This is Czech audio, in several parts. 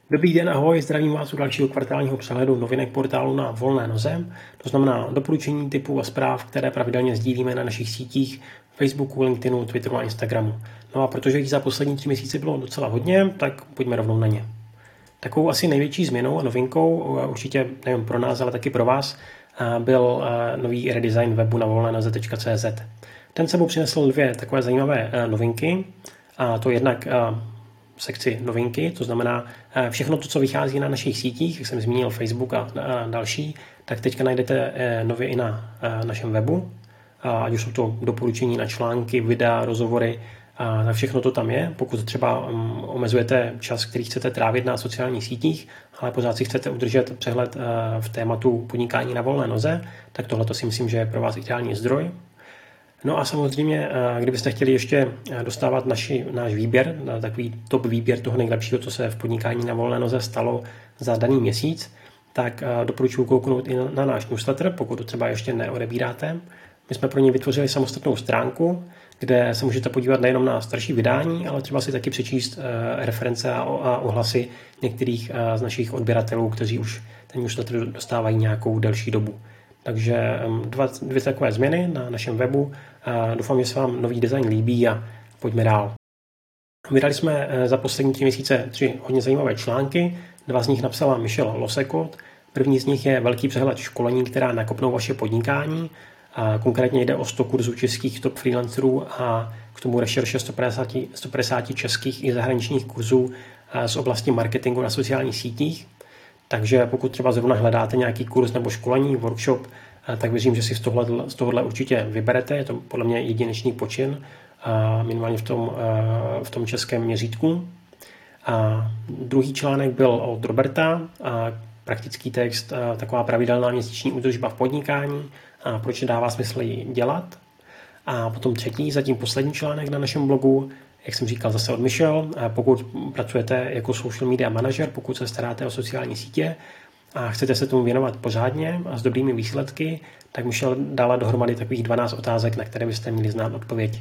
Dobrý den, ahoj, zdravím vás u dalšího kvartálního přehledu novinek portálu Na volné noze. To znamená doporučení typů a zpráv, které pravidelně sdílíme na našich sítích Facebooku, LinkedInu, Twitteru a Instagramu. No a protože jich za poslední 3 měsíce bylo docela hodně, tak pojďme rovnou na ně. Takovou asi největší změnou a novinkou, určitě nejen pro nás, ale taky pro vás, byl nový redesign webu na volnénoze.cz. Ten sebou přinesl 2 takové zajímavé novinky, a to jednak sekci novinky, to znamená všechno to, co vychází na našich sítích, jak jsem zmínil Facebook a další, tak teďka najdete nově i na našem webu, ať už jsou to doporučení na články, videa, rozhovory, tak všechno to tam je. Pokud třeba omezujete čas, který chcete trávit na sociálních sítích, ale pořád si chcete udržet přehled v tématu podnikání na volné noze, tak tohle si myslím, že je pro vás ideální zdroj. No a samozřejmě, kdybyste chtěli ještě dostávat náš výběr, takový top výběr toho nejlepšího, co se v podnikání na volné noze stalo za daný měsíc, tak doporučuji kouknout i na náš newsletter, pokud to třeba ještě neodebíráte. My jsme pro něj vytvořili samostatnou stránku, kde se můžete podívat nejenom na starší vydání, ale třeba si taky přečíst reference a ohlasy některých z našich odběratelů, kteří už ten newsletter dostávají nějakou delší dobu. Takže 2 takové změny na našem webu. Doufám, že se vám nový design líbí a pojďme dál. Vydali jsme za poslední 3 měsíce 3 hodně zajímavé články. 2 z nich napsala Michelle Losekot. První z nich je velký přehled školení, která nakopnou vaše podnikání. Konkrétně jde o 100 kurzů českých top freelancerů a k tomu rešerše 150 českých i zahraničních kurzů z oblasti marketingu na sociálních sítích. Takže pokud třeba zrovna hledáte nějaký kurz nebo školení, workshop, tak věřím, že si z tohohle určitě vyberete. Je to podle mě jedinečný počin, minimálně v tom českém měřítku. A druhý článek byl od Roberta, praktický text, taková pravidelná měsíční údržba v podnikání a proč dává smysl ji dělat. A potom třetí, zatím poslední článek na našem blogu, jak jsem říkal, zase od Michelle. Pokud pracujete jako social media manažer, pokud se staráte o sociální sítě a chcete se tomu věnovat pořádně a s dobrými výsledky, tak Michelle dala dohromady takových 12 otázek, na které byste měli znát odpověď.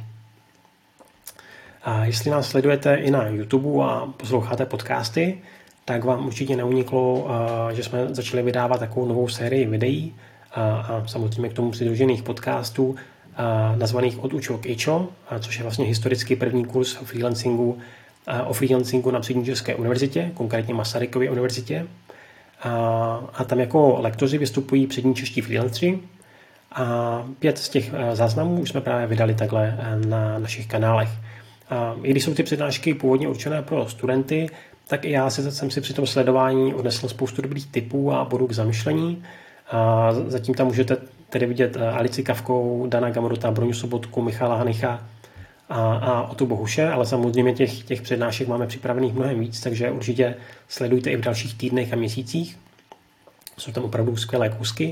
A jestli nás sledujete i na YouTube a posloucháte podcasty, tak vám určitě neuniklo, že jsme začali vydávat takovou novou sérii videí a samozřejmě k tomu přidružených podcastů, nazvaných Od učo k ičo, což je vlastně historicky první kurz o freelancingu na Přední české univerzitě, konkrétně Masarykově univerzitě. A tam jako lektoři vystupují přední čeští freelanceri. A 5 z těch záznamů už jsme právě vydali takhle na našich kanálech. I když jsou ty přednášky původně určené pro studenty, tak i já jsem si při tom sledování odnesl spoustu dobrých tipů a bodů k zamyšlení. Zatím tam můžete tedy vidět Alici Kavkou, Dana Gamrota, Broňu Sobotku, Michala Hanicha a Otu Bohuše, ale samozřejmě těch přednášek máme připravených mnohem víc, takže určitě sledujte i v dalších týdnech a měsících. Jsou tam opravdu skvělé kousky.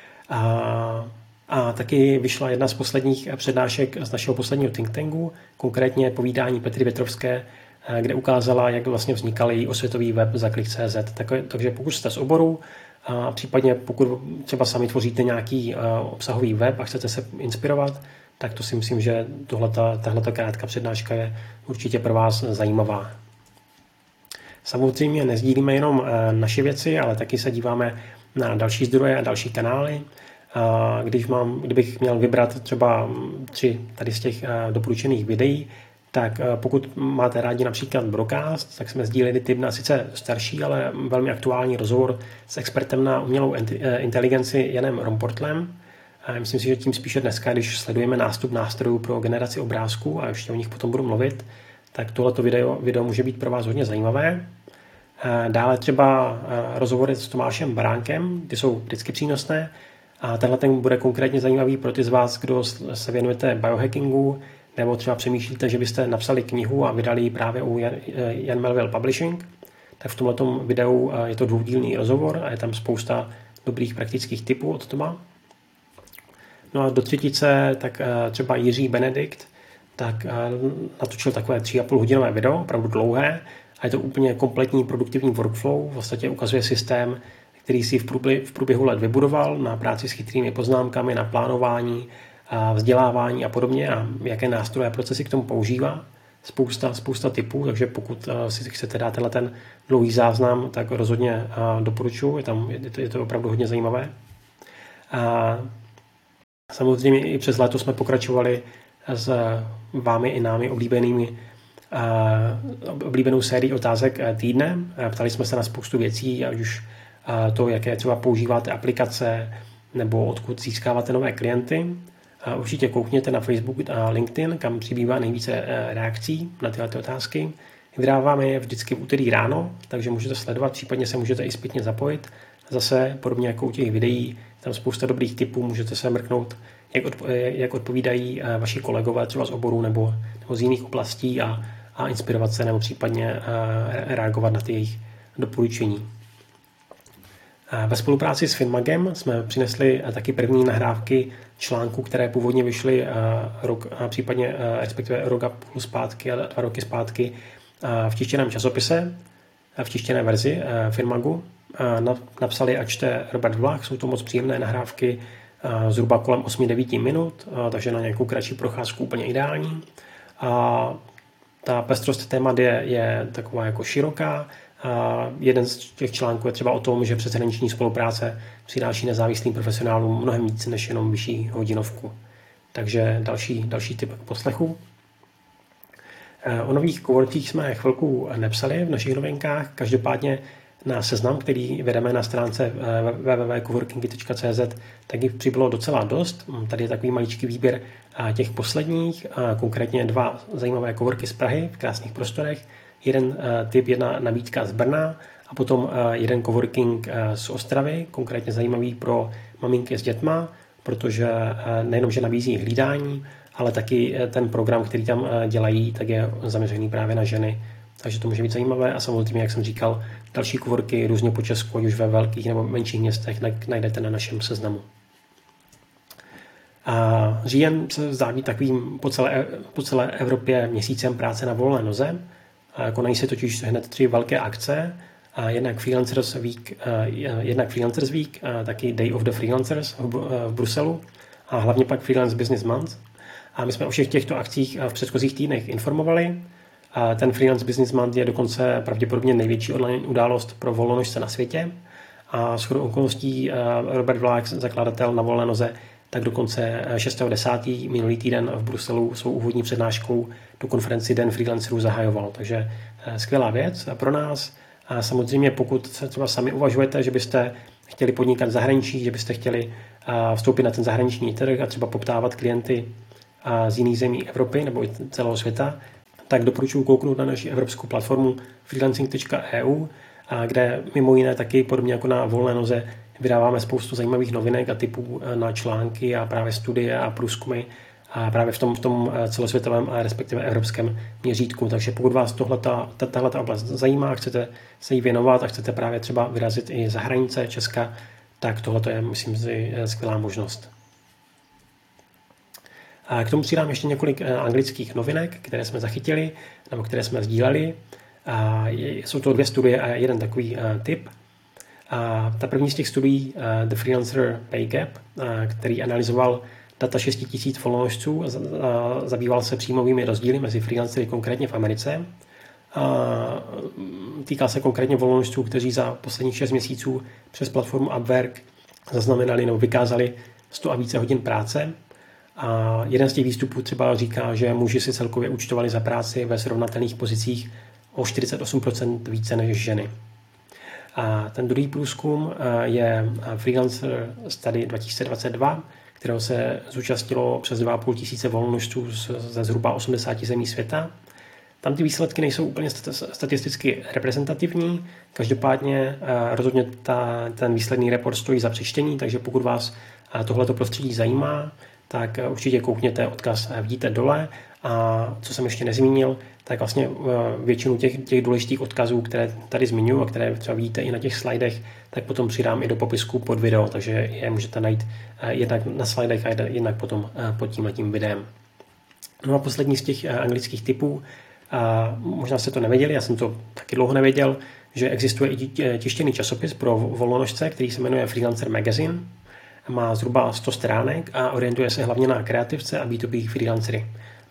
A taky vyšla jedna z posledních přednášek z našeho posledního think tanku, konkrétně povídání Petry Větrovské, kde ukázala, jak vlastně vznikal její osvětový web Zaklik.cz. Takže pokud jste z oboru, a případně pokud třeba sami tvoříte nějaký obsahový web a chcete se inspirovat, tak to si myslím, že tahle krátká přednáška je určitě pro vás zajímavá. Samozřejmě nezdílíme jenom naše věci, ale taky se díváme na další zdroje a další kanály. Kdybych měl vybrat třeba 3 tady z těch doporučených videí, tak pokud máte rádi například Brocast, tak jsme sdíleli tip na sice starší, ale velmi aktuální rozhovor s expertem na umělou inteligenci Janem Romportlem. Myslím si, že tím spíše dneska, když sledujeme nástup nástrojů pro generaci obrázků a ještě o nich potom budu mluvit, tak tohleto video může být pro vás hodně zajímavé. Dále třeba rozhovory s Tomášem Baránkem, ty jsou vždycky přínosné a tenhle ten bude konkrétně zajímavý pro ty z vás, kdo se věnujete biohackingu, nebo třeba přemýšlíte, že byste napsali knihu a vydali ji právě u Jan Melville Publishing, tak v tomhletom videu je to 2dílný rozhovor a je tam spousta dobrých praktických tipů od Toma. No a do třetice tak třeba Jiří Benedikt tak natočil takové 3,5 hodinové video, opravdu dlouhé, a je to úplně kompletní produktivní workflow, v podstatě ukazuje systém, který si v průběhu let vybudoval na práci s chytrými poznámkami, na plánování, vzdělávání a podobně a jaké nástroje a procesy k tomu používá. spousta typů, takže pokud si chcete dát ten dlouhý záznam, tak rozhodně doporučuji, je to opravdu hodně zajímavé. A samozřejmě i přes léto jsme pokračovali s vámi i námi oblíbenou sérií otázek týdne. Ptali jsme se na spoustu věcí, ať už to, jaké třeba používáte aplikace, nebo odkud získáváte nové klienty. Určitě koukněte na Facebook a LinkedIn, kam přibývá nejvíce reakcí na tyhle otázky. Vydáváme je vždycky v úterý ráno, takže můžete sledovat, případně se můžete i zpětně zapojit. Zase, podobně jako u těch videí, tam spousta dobrých tipů, můžete se mrknout, jak odpovídají vaši kolegové třeba z oboru nebo z jiných oblastí a inspirovat se nebo případně reagovat na ty jejich doporučení. Ve spolupráci s Finmagem jsme přinesli taky první nahrávky článků, které původně vyšly respektive rok a půl zpátky a 2 roky zpátky v tištěném časopise, v tištěné verzi Finmagu. Napsali a čte Robert Vlach, jsou to moc příjemné nahrávky, zhruba kolem 8-9 minut, takže na nějakou kratší procházku úplně ideální. Ta pestrost témat je taková jako široká. Jeden z těch článků je třeba o tom, že přeshraniční spolupráce přináší nezávislým profesionálům mnohem víc než jenom vyšší hodinovku. Takže další tip k poslechu. O nových coworkích jsme chvilku nepsali v našich novinkách, každopádně na seznam, který vedeme na stránce www.coworkingy.cz, tak jich přibylo docela dost. Tady je takový maličký výběr těch posledních, konkrétně 2 zajímavé coworky z Prahy v krásných prostorech, jeden typ, jedna nabídka z Brna a potom jeden coworking z Ostravy, konkrétně zajímavý pro maminky s dětma, protože nejenom, že nabízí hlídání, ale taky ten program, který tam dělají, tak je zaměřený právě na ženy. Takže to může být zajímavé a samozřejmě, jak jsem říkal, další coworky různě po Česku, ať už ve velkých nebo menších městech, najdete na našem seznamu. Říjen se zdá být takovým po celé Evropě měsícem práce na volné noze. Konají se totiž hned 3 velké akce, jednak Freelancers Week, taky Day of the Freelancers v Bruselu a hlavně pak Freelance Business Month. A my jsme o všech těchto akcích v předchozích týdnech informovali. Ten Freelance Business Month je dokonce pravděpodobně největší online událost pro volnonožce na světě. A shodou okolností Robert Vlach, zakladatel Na volné noze, tak dokonce 6.10. minulý týden v Bruselu svou úvodní přednáškou do konferenci Den freelancerů zahajoval. Takže skvělá věc pro nás. A samozřejmě pokud se třeba sami uvažujete, že byste chtěli podnikat v zahraničí, že byste chtěli vstoupit na ten zahraniční trh a třeba poptávat klienty z jiných zemí Evropy nebo i celého světa, tak doporučuji kouknout na naši evropskou platformu freelancing.eu, kde mimo jiné taky podobně jako na volné noze vydáváme spoustu zajímavých novinek a typů na články a právě studie a průzkumy a právě v tom celosvětovém a respektive evropském měřítku. Takže pokud vás tahleta oblast zajímá, chcete se jí věnovat a chcete právě třeba vyrazit i za hranice Česka, tak tohle je, myslím si, skvělá možnost. A k tomu přidám ještě několik anglických novinek, které jsme zachytili nebo které jsme sdíleli. Jsou to 2 studie a jeden takový tip. Ta první z těch studií, The Freelancer Pay Gap, který analyzoval data 6 000 volnonožců a zabýval se příjmovými rozdíly mezi freelancery konkrétně v Americe. Týkal se konkrétně volnonožců, kteří za posledních 6 měsíců přes platformu Upwork zaznamenali nebo vykázali 100 a více hodin práce. A jeden z těch výstupů třeba říká, že muži si celkově účtovali za práci ve srovnatelných pozicích o 48% více než ženy. A ten druhý průzkum je Freelancer Study 2022, kterého se zúčastnilo přes 2 500 volnonožců ze zhruba 80 zemí světa. Tam ty výsledky nejsou úplně statisticky reprezentativní, každopádně rozhodně ten výsledný report stojí za přečtení, takže pokud vás tohleto prostředí zajímá, tak určitě koukněte, odkaz vidíte dole. A co jsem ještě nezmínil, tak vlastně většinu těch důležitých odkazů, které tady zmiňuji a které třeba vidíte i na těch slidech, tak potom přidám i do popisku pod video, takže je můžete najít jednak na slidech a jednak potom pod tímhletím videem. No a poslední z těch anglických typů, možná jste to nevěděli, já jsem to taky dlouho nevěděl, že existuje i tištěný časopis pro volnonožce, který se jmenuje Freelancer Magazine. Má zhruba 100 stránek a orientuje se hlavně na kreativce a B2B freelancery.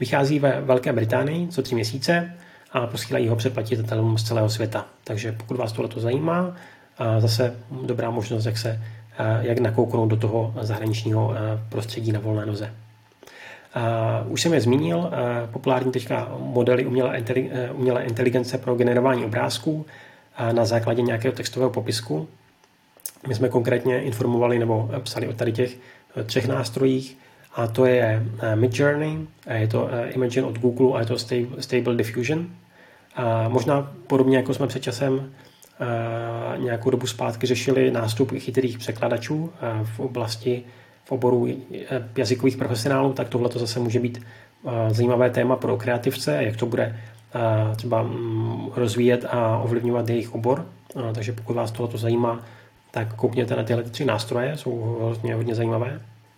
Vychází ve Velké Británii co 3 měsíce a posílají ho předplatitelům z celého světa. Takže pokud vás tohle zajímá, zase dobrá možnost, jak nakouknout do toho zahraničního prostředí na volné noze. Už jsem je zmínil, populární teďka modely umělé inteligence pro generování obrázků na základě nějakého textového popisku. My jsme konkrétně informovali nebo psali o tady těch 3 nástrojích, a to je Midjourney, je to Imagen od Google a je to Stable Diffusion. Možná podobně jako jsme před časem nějakou dobu zpátky řešili nástup chytrých překladačů v oboru jazykových profesionálů, tak tohle to zase může být zajímavé téma pro kreativce, jak to bude třeba rozvíjet a ovlivňovat jejich obor. Takže pokud vás tohle zajímá, tak koukněte na tyhle 3 nástroje, jsou hodně zajímavé.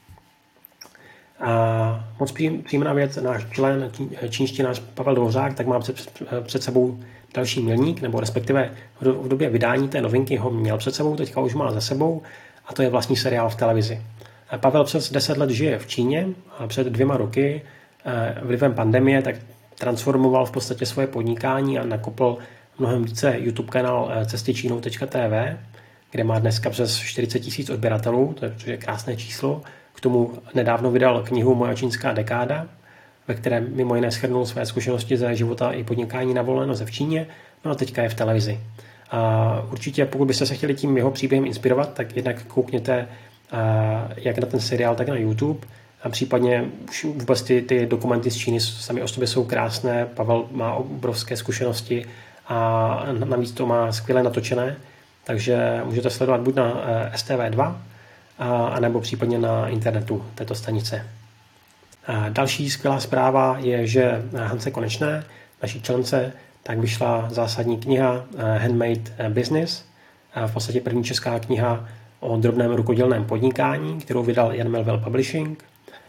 A moc příjemná věc, náš člen čínštinář Pavel Dvořák, tak má před sebou další milník, nebo respektive v době vydání té novinky ho měl před sebou, teďka už má za sebou, a to je vlastní seriál v televizi. Pavel přes 10 let žije v Číně a před 2 roky vlivem pandemie tak transformoval v podstatě svoje podnikání a nakopl mnohem více YouTube kanál cestyčínou.tv, kde má dneska přes 40 000 odběratelů, což je krásné číslo. K tomu nedávno vydal knihu Moja čínská dekáda, ve které mimo jiné shrnul své zkušenosti ze života i podnikání na volné noze v Číně, no a teďka je v televizi. A určitě, pokud byste se chtěli tím jeho příběhem inspirovat, tak jednak koukněte jak na ten seriál, tak na YouTube. A případně už vůbec ty dokumenty z Číny sami o sobě jsou krásné. Pavel má obrovské zkušenosti a navíc to má skvěle natočené, takže můžete sledovat buď na STV2, anebo případně na internetu této stanice. Další skvělá zpráva je, že Hance Konečné, naší člence, tak vyšla zásadní kniha Handmade Business, v podstatě první česká kniha o drobném rukodělném podnikání, kterou vydal Jan Melville Publishing.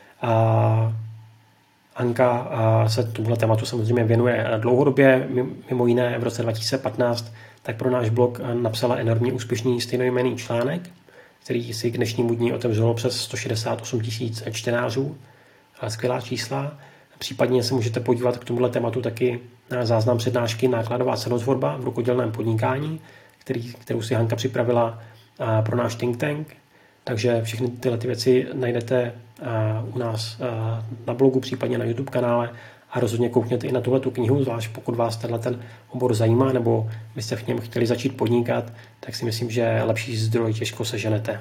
Anka se tomuhle tématu samozřejmě věnuje dlouhodobě, mimo jiné v roce 2015, tak pro náš blog napsala enormně úspěšný stejnojmenný článek, který si k dnešnímu dní otevřelo přes 168 000 čtenářů. Skvělá čísla. Případně se můžete podívat k tomuhle tématu taky na záznam přednášky Nákladová cenotvorba v rukodělném podnikání, kterou si Hanka připravila pro náš think tank. Takže všechny tyhle věci najdete u nás na blogu, případně na YouTube kanále, a rozhodně koukněte i na tuhletu knihu, zvlášť pokud vás ten obor zajímá nebo byste v něm chtěli začít podnikat, tak si myslím, že lepší zdroj těžko seženete.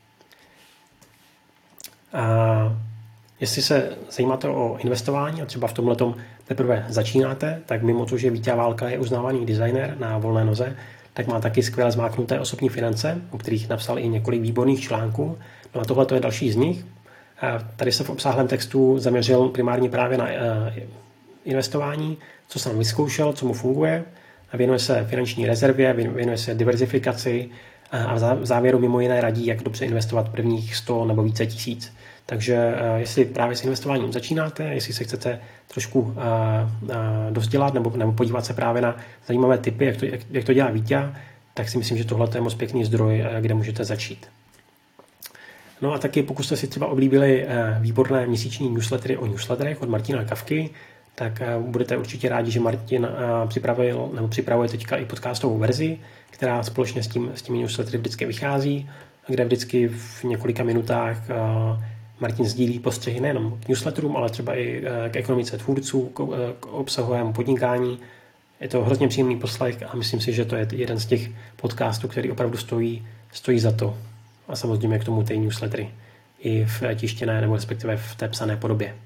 Jestli se zajímáte o investování a třeba v tomhletom teprve začínáte, tak mimo to, že Vítě Válka je uznávaný designer na volné noze, tak má taky skvěle zmáknuté osobní finance, o kterých napsal i několik výborných článků. No a tohle je další z nich. Tady se v obsáhlém textu zaměřil primárně právě na investování, co jsem vyzkoušel, co mu funguje. Věnuje se finanční rezervě, věnuje se diverzifikaci a v závěru mimo jiné radí, jak dobře investovat prvních 100 nebo více tisíc. Takže jestli právě s investováním začínáte, jestli se chcete trošku dozdělat nebo podívat se právě na zajímavé tipy, jak to dělá Vítě, tak si myslím, že tohle je moc pěkný zdroj, kde můžete začít. No a taky pokud jste si třeba oblíbili výborné měsíční newslettery o newsletterech od Martina Kavky, tak budete určitě rádi, že Martin připravuje teďka i podcastovou verzi, která společně s těmi newslettery vždycky vychází, kde vždycky v několika minutách Martin sdílí postřehy nejenom k newsletterům, ale třeba i k ekonomice tvůrců, k obsahovému podnikání. Je to hrozně příjemný poslech a myslím si, že to je jeden z těch podcastů, který opravdu stojí za to. A samozřejmě k tomu ty newslettery i v tištěné nebo respektive v té psané podobě.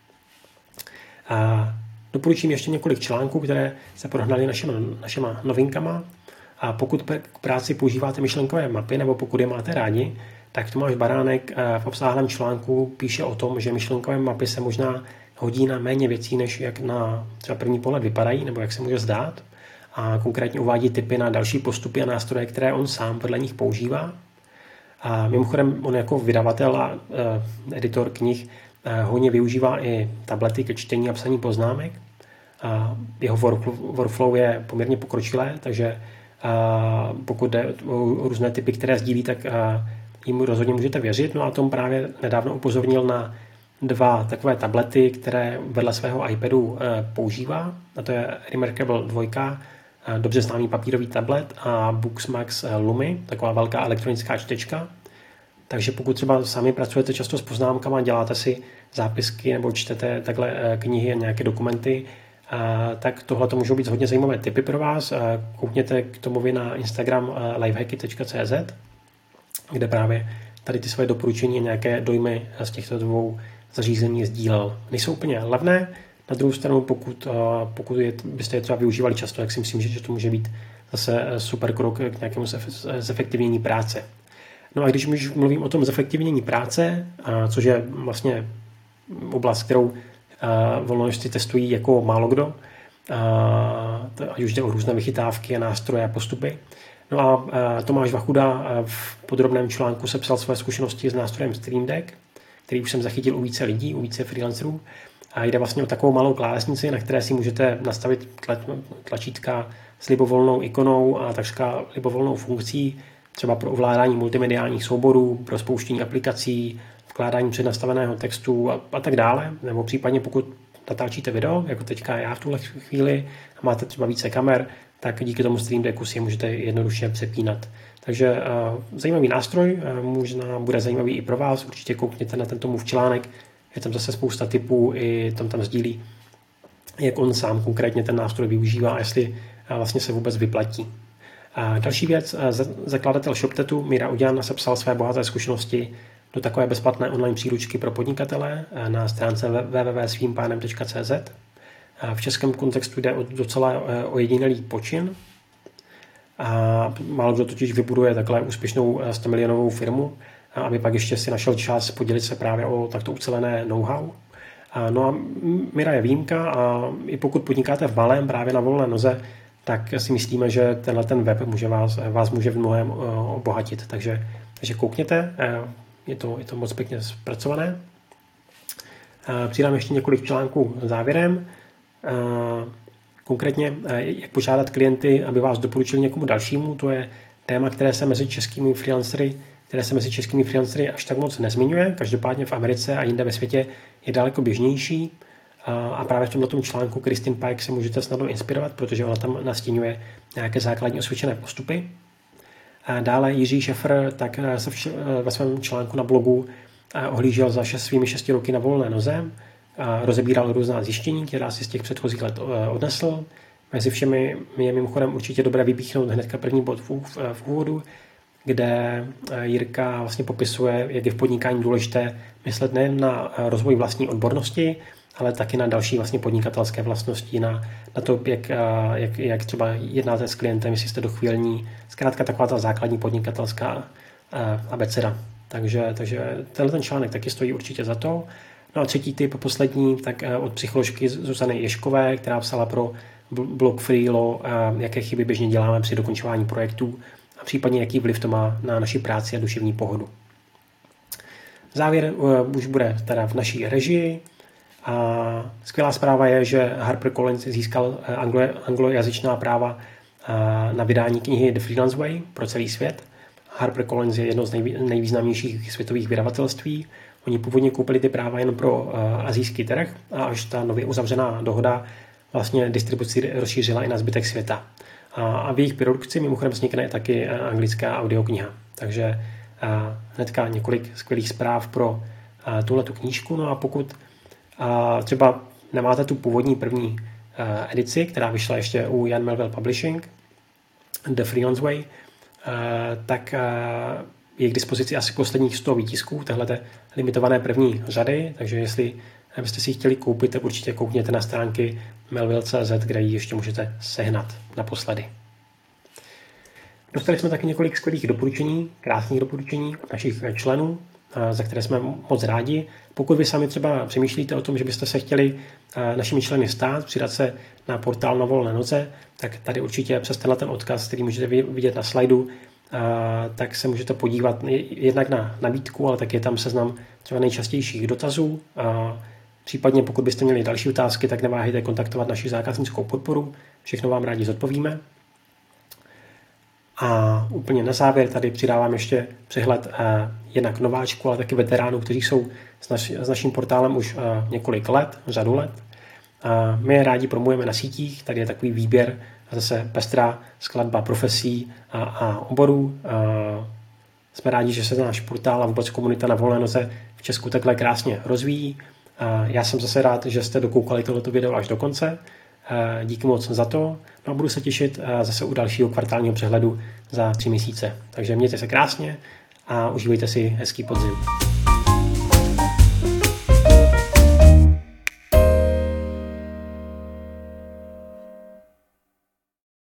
A doporučím ještě několik článků, které se prohnaly našima novinkama. A pokud k práci používáte myšlenkové mapy nebo pokud je máte rádi, tak Tomáš Baránek v obsáhlém článku píše o tom, že myšlenkové mapy se možná hodí na méně věcí, než jak na třeba první pohled vypadají, nebo jak se může zdát. A konkrétně uvádí tipy na další postupy a nástroje, které on sám vedle nich používá. A mimochodem on jako vydavatel a editor knih hodně využívá i tablety ke čtení a psaní poznámek. A jeho workflow je poměrně pokročilé, takže pokud jde o různé typy, které sdílí, tak jim rozhodně můžete věřit. No a tom právě nedávno upozornil 2 takové tablety, které vedle svého iPadu používá. A to je Remarkable 2, dobře známý papírový tablet, a Booksmax Lumi, taková velká elektronická čtečka. Takže pokud třeba sami pracujete často s poznámkama, děláte si zápisky nebo čtete takhle knihy a nějaké dokumenty, tak tohle to můžou být hodně zajímavé tipy pro vás. Koukněte k tomu na Instagram lifehacky.cz, kde právě tady ty svoje doporučení a nějaké dojmy z těchto dvou zařízení sdílel. Nejsou úplně levné, na druhou stranu, pokud byste je třeba využívali často, tak si myslím, že to může být zase super krok k nějakému zefektivnění práce. No a když už mluvím o tom zefektivnění práce, což je vlastně oblast, kterou volnožci testují jako málo kdo, ať už jde o různé vychytávky a nástroje a postupy. No a Tomáš Vachuda v podrobném článku sepsal své zkušenosti s nástrojem Stream Deck, který už jsem zachytil u více lidí, u více freelancerů. A jde vlastně o takovou malou klávesnici, na které si můžete nastavit tlačítka s libovolnou ikonou a takřka libovolnou funkcí, třeba pro ovládání multimediálních souborů, pro spouštění aplikací, vkládání přednastaveného textu a tak dále. Nebo případně pokud natáčíte video, jako teďka já v tuhle chvíli, a máte třeba více kamer, tak díky tomu Stream Decku si je můžete jednoduše přepínat. Takže zajímavý nástroj, možná bude zajímavý i pro vás, určitě koukněte na tento můj článek, je tam zase spousta tipů, i tam sdílí, jak on sám konkrétně ten nástroj využívá a jestli vlastně se vůbec vyplatí. A další věc, zakladatel ShopTetu Míra Uďan sepsal své bohaté zkušenosti do takové bezplatné online příručky pro podnikatele na stránce www.svimpánem.cz. V českém kontextu jde o docela ojedinělý počin. A málo kdo totiž vybuduje takhle úspěšnou 100 milionovou firmu, aby pak ještě si našel čas podělit se právě o takto ucelené know-how. No a Mira je výjimka a i pokud podnikáte v malém právě na volné noze, tak si myslíme, že ten web vás může v mnohém obohatit. Takže koukněte, je to moc pěkně zpracované. Přidám ještě několik článků závěrem. Konkrétně, jak požádat klienty, aby vás doporučili někomu dalšímu, to je téma, které se mezi českými freelancery až tak moc nezmiňuje. Každopádně v Americe a jinde ve světě je daleko běžnější. A právě v tomto článku Kristin Pike se můžete snadno inspirovat, protože ona tam nastěňuje nějaké základní osvědčené postupy. A dále Jiří Šefr tak se ve svém článku na blogu ohlížel za svými 6 roky na volné noze, rozebíral různá zjištění, která si z těch předchozích let odnesl. Mezi všemi je mimochodem určitě dobré vypíchnout hnedka první bod v úvodu, kde Jirka vlastně popisuje, jak je v podnikání důležité myslet nejen na rozvoj vlastní odbornosti, ale taky na další vlastně podnikatelské vlastnosti, na to, jak třeba jednáte s klientem, jestli jste dochvílní, zkrátka taková ta základní podnikatelská abeceda. Takže tenhle článek taky stojí určitě za to. No a třetí typ, poslední, tak od psycholožky Zuzany Ješkové, která psala pro blog Freelo, jaké chyby běžně děláme při dokončování projektů a případně jaký vliv to má na naši práci a duševní pohodu. Závěr už bude teda v naší režii. A skvělá zpráva je, že HarperCollins získal anglojazyčná práva na vydání knihy The Freelance Way pro celý svět. HarperCollins je jedno z nejvýznamnějších světových vydavatelství. Oni původně koupili ty práva jen pro asijský trh a až ta nově uzavřená dohoda vlastně distribuci rozšířila i na zbytek světa. A v jejich produkci mimochodem vznikne taky anglická audiokniha. Takže hnedka několik skvělých zpráv pro tuhletu knížku. No a pokud třeba nemáte tu původní první edici, která vyšla ještě u Jan Melville Publishing, The Freelance Way, tak je k dispozici asi posledních 100 výtisků téhleté limitované první řady, takže jestli byste si ji chtěli koupit, tak určitě koukněte na stránky melville.cz, kde ji ještě můžete sehnat naposledy. Dostali jsme taky několik skvělých doporučení, krásných doporučení od našich členů, za které jsme moc rádi. Pokud vy sami třeba přemýšlíte o tom, že byste se chtěli našimi členy stát, přidat se na portál Na volné noze, tak tady určitě přes ten odkaz, který můžete vidět na slajdu, tak se můžete podívat jednak na nabídku, ale taky je tam seznam třeba nejčastějších dotazů. Případně pokud byste měli další otázky, tak neváhejte kontaktovat naši zákaznickou podporu. Všechno vám rádi zodpovíme. A úplně na závěr tady přidávám ještě přehled jednak nováčků, ale taky veteránů, kteří jsou s naším portálem už několik let, řadu let. My je rádi promujeme na sítích, tady je takový výběr a zase pestrá skladba profesí a oborů. Jsme rádi, že se náš portál a vůbec komunita na volné noze v Česku takhle krásně rozvíjí. Já jsem zase rád, že jste dokoukali tohleto video až do konce. Díky moc za to. No a budu se těšit zase u dalšího kvartálního přehledu za 3 měsíce. Takže mějte se krásně a užívejte si hezký podzim.